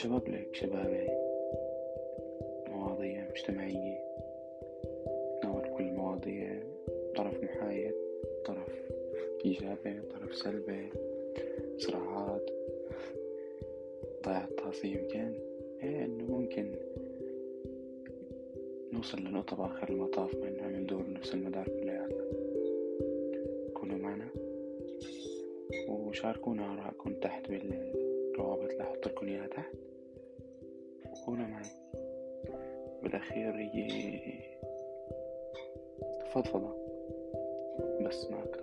شباب لك شبابي، مواضيع مجتمعية، تناول كل المواضيع، طرف محايد، طرف إيجابي، طرف سلبي، صراعات، ضياع الطاسة. يمكن إنه ممكن نوصل لنقطة بآخر المطاف ما إنه عم ندور نفس المدار كلياتنا. كونوا معنا وشاركونا آراءكم تحت بالروابط اللي أحط لكم إياها تحت، وكونوا معي. بالأخير هي فضفضة بس ما أكتر.